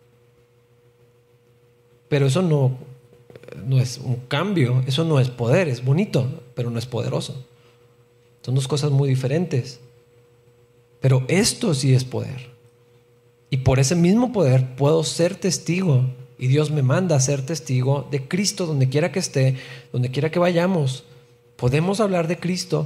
Speaker 1: pero eso no es un cambio. Eso no es poder. Es bonito, pero no es poderoso. Son 2 cosas muy diferentes. Pero esto sí es poder. Y por ese mismo poder puedo ser testigo. Y Dios me manda a ser testigo de Cristo donde quiera que esté, donde quiera que vayamos. Podemos hablar de Cristo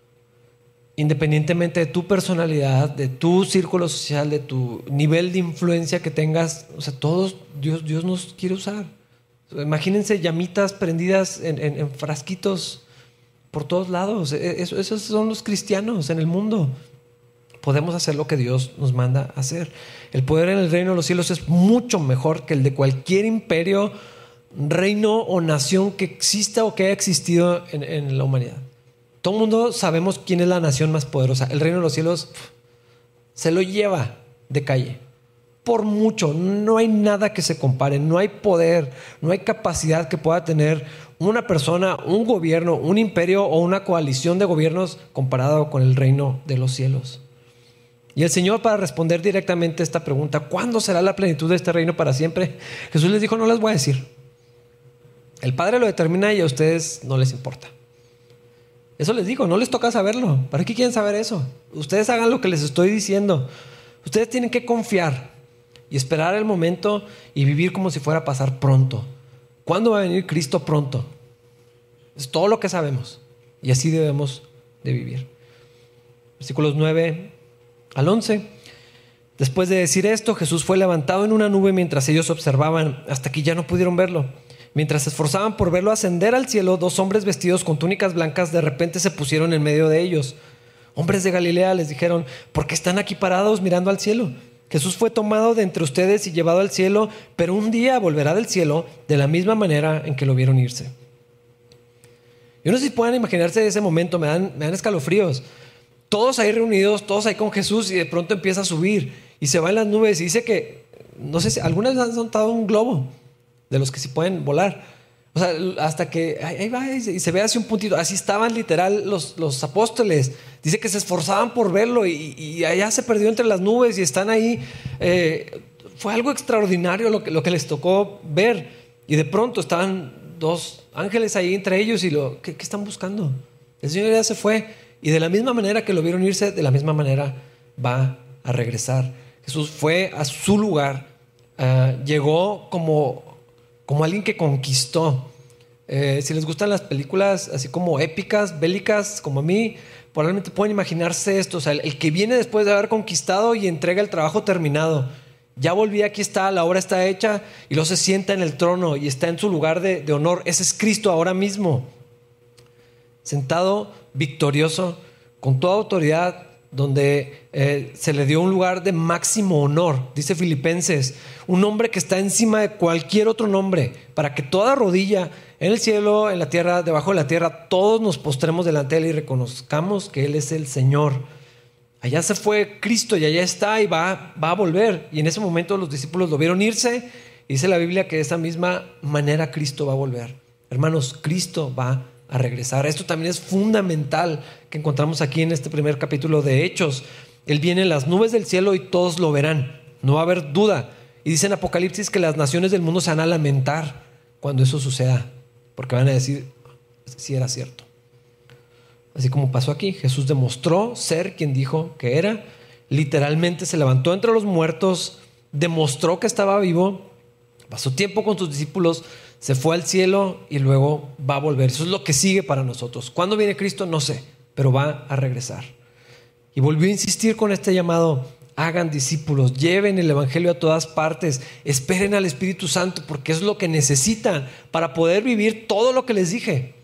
Speaker 1: independientemente de tu personalidad, de tu círculo social, de tu nivel de influencia que tengas. Todos, Dios nos quiere usar. Imagínense llamitas prendidas en frasquitos por todos lados. Esos son los cristianos en el mundo. Podemos hacer lo que Dios nos manda a hacer. El poder en el reino de los cielos es mucho mejor que el de cualquier imperio, reino o nación que exista o que haya existido en la humanidad. Todo el mundo sabemos quién es la nación más poderosa. El reino de los cielos se lo lleva de calle. Por mucho, no hay nada que se compare, no hay poder, no hay capacidad que pueda tener una persona, un gobierno, un imperio o una coalición de gobiernos comparado con el reino de los cielos. Y el Señor, para responder directamente a esta pregunta, ¿cuándo será la plenitud de este reino para siempre? Jesús les dijo: no les voy a decir. El Padre lo determina y a ustedes no les importa. Eso les digo, no les toca saberlo. ¿Para qué quieren saber eso? Ustedes hagan lo que les estoy diciendo. Ustedes tienen que confiar y esperar el momento y vivir como si fuera a pasar pronto. ¿Cuándo va a venir Cristo? Pronto. Es todo lo que sabemos, y así debemos de vivir. Versículos 9 al 11. Después de decir esto, Jesús fue levantado en una nube mientras ellos observaban, hasta que ya no pudieron verlo. Mientras se esforzaban por verlo ascender al cielo, 2 hombres vestidos con túnicas blancas de repente se pusieron en medio de ellos. Hombres de Galilea, les dijeron, ¿por qué están aquí parados mirando al cielo? Jesús fue tomado de entre ustedes y llevado al cielo, pero un día volverá del cielo de la misma manera en que lo vieron irse. Yo no sé si puedan imaginarse ese momento, me dan escalofríos. Todos ahí reunidos, todos ahí con Jesús, y de pronto empieza a subir y se va en las nubes y dice que, no sé si algunas han soltado un globo de los que sí pueden volar. O sea, hasta que ahí va y se ve así un puntito. Así estaban literal los apóstoles. Dice que se esforzaban por verlo y allá se perdió entre las nubes y están ahí. Fue algo extraordinario lo que les tocó ver. Y de pronto estaban dos ángeles ahí entre ellos y ¿qué están buscando? El Señor ya se fue. Y de la misma manera que lo vieron irse, de la misma manera va a regresar. Jesús fue a su lugar. Llegó como alguien que conquistó. Si les gustan las películas así como épicas, bélicas, como a mí, probablemente pueden imaginarse esto. O sea, el que viene después de haber conquistado y entrega el trabajo terminado. Ya volví, aquí está, la obra está hecha, y luego se sienta en el trono y está en su lugar de honor. Ese es Cristo ahora mismo, sentado victorioso, con toda autoridad, donde se le dio un lugar de máximo honor. Dice Filipenses, un nombre que está encima de cualquier otro nombre, para que toda rodilla en el cielo, en la tierra, debajo de la tierra, todos nos postremos delante de Él y reconozcamos que Él es el Señor. Allá se fue Cristo y allá está y va a volver. Y en ese momento los discípulos lo vieron irse. Y dice la Biblia que de esa misma manera Cristo va a volver. Hermanos, Cristo va a regresar. Esto también es fundamental que encontramos aquí en este primer capítulo de Hechos. Él viene en las nubes del cielo y todos lo verán. No va a haber duda. Y dice en Apocalipsis que las naciones del mundo se van a lamentar cuando eso suceda, porque van a decir, sí era cierto. Así como pasó aquí, Jesús demostró ser quien dijo que era. Literalmente se levantó entre los muertos, demostró que estaba vivo, pasó tiempo con sus discípulos, se fue al cielo y luego va a volver. Eso es lo que sigue para nosotros. ¿Cuándo viene Cristo? No sé, pero va a regresar. Y volvió a insistir con este llamado: hagan discípulos, lleven el evangelio a todas partes, esperen al Espíritu Santo, porque es lo que necesitan para poder vivir todo lo que les dije.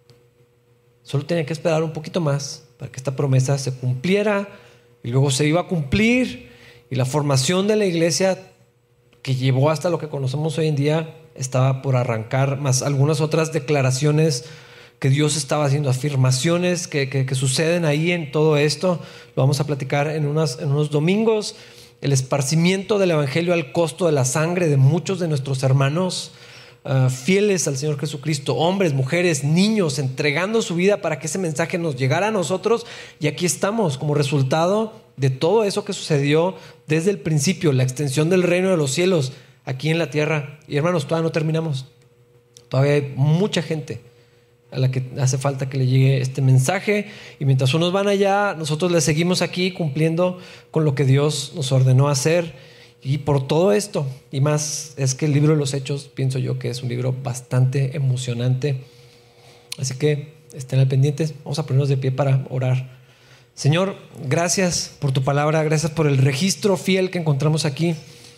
Speaker 1: Solo tenían que esperar un poquito más para que esta promesa se cumpliera, y luego se iba a cumplir, y la formación de la iglesia, que llevó hasta lo que conocemos hoy en día, estaba por arrancar, más algunas otras declaraciones que Dios estaba haciendo, afirmaciones que suceden ahí en todo esto. Lo vamos a platicar en unos domingos. El esparcimiento del evangelio al costo de la sangre de muchos de nuestros hermanos fieles al Señor Jesucristo, hombres, mujeres, niños, entregando su vida para que ese mensaje nos llegara a nosotros. Y aquí estamos como resultado de todo eso que sucedió desde el principio, la extensión del reino de los cielos aquí en la tierra. Y hermanos, todavía no terminamos. Todavía hay mucha gente a la que hace falta que le llegue este mensaje, y mientras unos van allá, nosotros les seguimos aquí cumpliendo con lo que Dios nos ordenó hacer. Y por todo esto y más, es que el libro de los Hechos, pienso yo que es un libro bastante emocionante. Así que estén al pendiente. Vamos a ponernos de pie para orar. Señor, gracias por tu palabra, gracias por el registro fiel que encontramos aquí.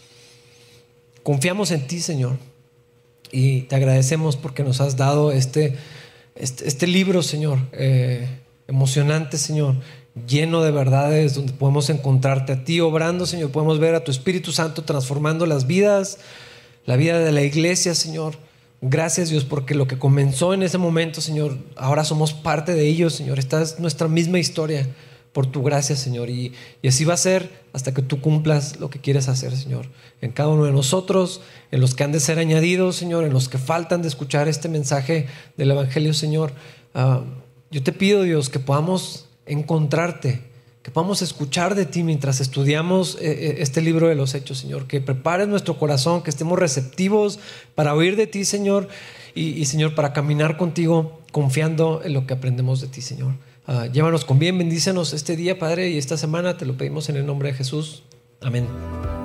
Speaker 1: Confiamos en ti, Señor, y te agradecemos porque nos has dado este libro, Señor, emocionante, Señor, lleno de verdades, donde podemos encontrarte a ti obrando, Señor. Podemos ver a tu Espíritu Santo transformando las vidas, la vida de la iglesia, Señor. Gracias, Dios, porque lo que comenzó en ese momento, Señor, ahora somos parte de ellos, Señor. Esta es nuestra misma historia por tu gracia, Señor, y así va a ser hasta que tú cumplas lo que quieres hacer, Señor, en cada uno de nosotros, en los que han de ser añadidos, Señor, en los que faltan de escuchar este mensaje del evangelio, Señor. Yo te pido, Dios, que podamos encontrarte, que podamos escuchar de ti mientras estudiamos este libro de los Hechos, Señor. Que prepares nuestro corazón, que estemos receptivos para oír de ti, Señor, y Señor, para caminar contigo confiando en lo que aprendemos de ti, Señor. Llévanos con bien, bendícenos este día, Padre, y esta semana te lo pedimos en el nombre de Jesús. Amén.